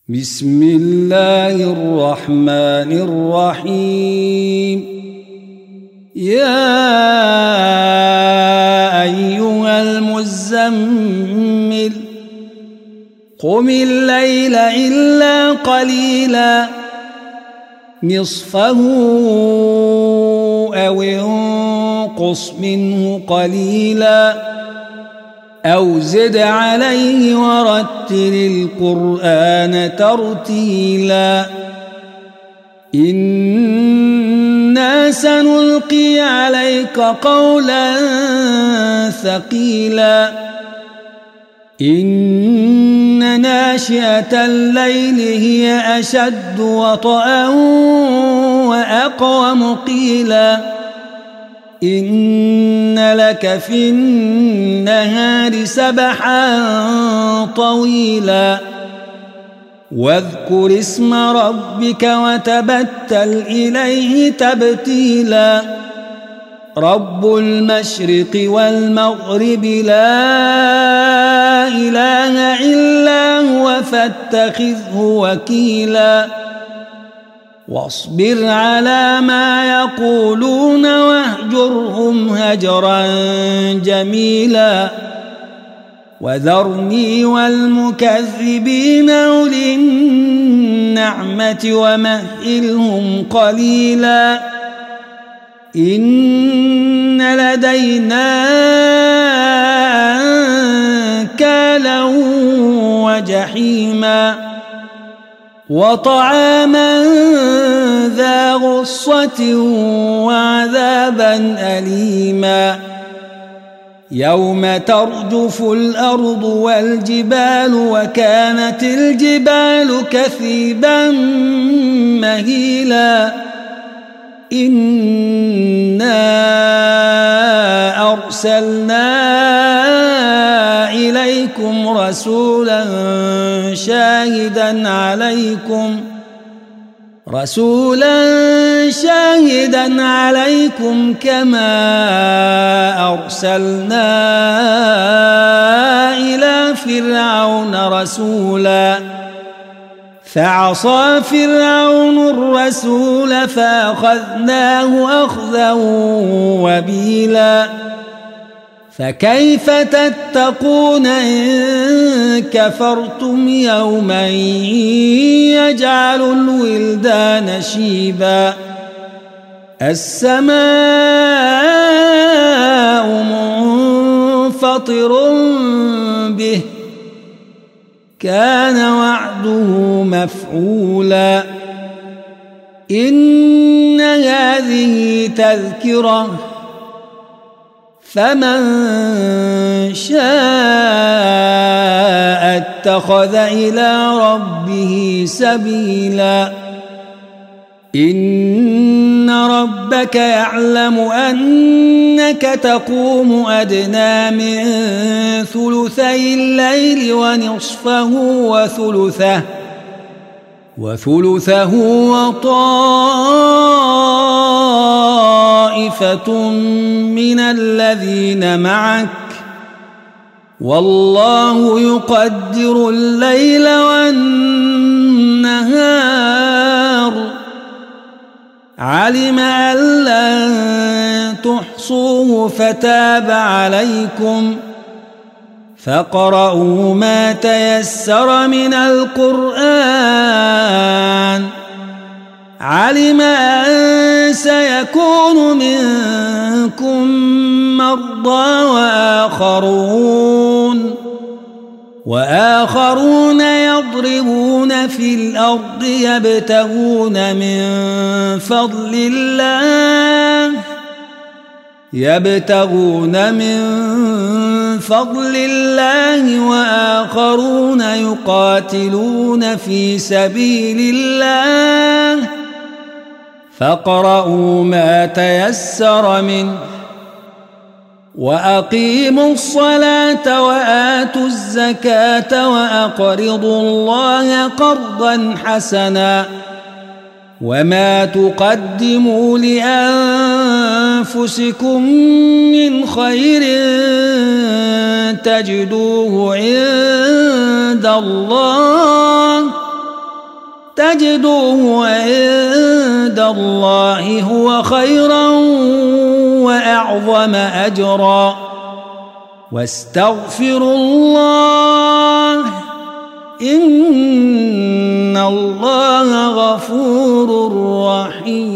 بسم الله الرحمن الرحيم. يا أيها المزمل قم الليل إلا قليلا نصفه أو انقص منه قليلا أو زد عليه ورتل القرآن ترتيلا إنا سنلقي عليك قولا ثقيلا إن ناشئة الليل هي أشد وطئا وأقوم قيلا إن لك في النهار سبحا طويلا واذكر اسم ربك وتبتل إليه تبتيلا رب المشرق والمغرب لا إله إلا هو فاتخذه وكيلا واصبر على ما يقولون واهجرهم هجرا جميلا وذرني والمكذبين أولي النعمة ومهلهم قليلا إن لدينا أنكالا وجحيما وطعاما ذا غصة وعذابا أليما يوم ترجف الأرض والجبال وكانت الجبال كثيبا مهيلا إنا أرسلنا إليكم رسولا شاهدا عليكم كما أرسلنا إلى فرعون رسولا فعصى فرعون الرسول فأخذناه أخذا وبيلا فكيف تتقون إن كفرتم يوما يجعل الولدان شيبا السماء منفطر به كان وعده مفعولا إن هذه تذكرة فمن شاء اتخذ إلى ربه سبيلا إن ربك يعلم أنك تقوم أدنى من ثلثي الليل ونصفه وثلثه وطائفة من الذين معك والله يقدر الليل والنهار علم أن لن تحصوه فتاب عليكم فاقرؤوا ما تيسر من القرآن علم أن سيكون منكم مرضى وآخرون يضربون في الأرض يبتغون من فضل الله وآخرون يقاتلون في سبيل الله فاقرؤوا ما تيسر منه وأقيموا الصلاة وآتوا الزكاة وأقرضوا الله قرضا حسنا وما تقدموا لأنفسكم من خير تجدوه عند الله تجدوه عند الله هو خيرا وأعظم أجرا واستغفروا الله إن الله غفور رحيم.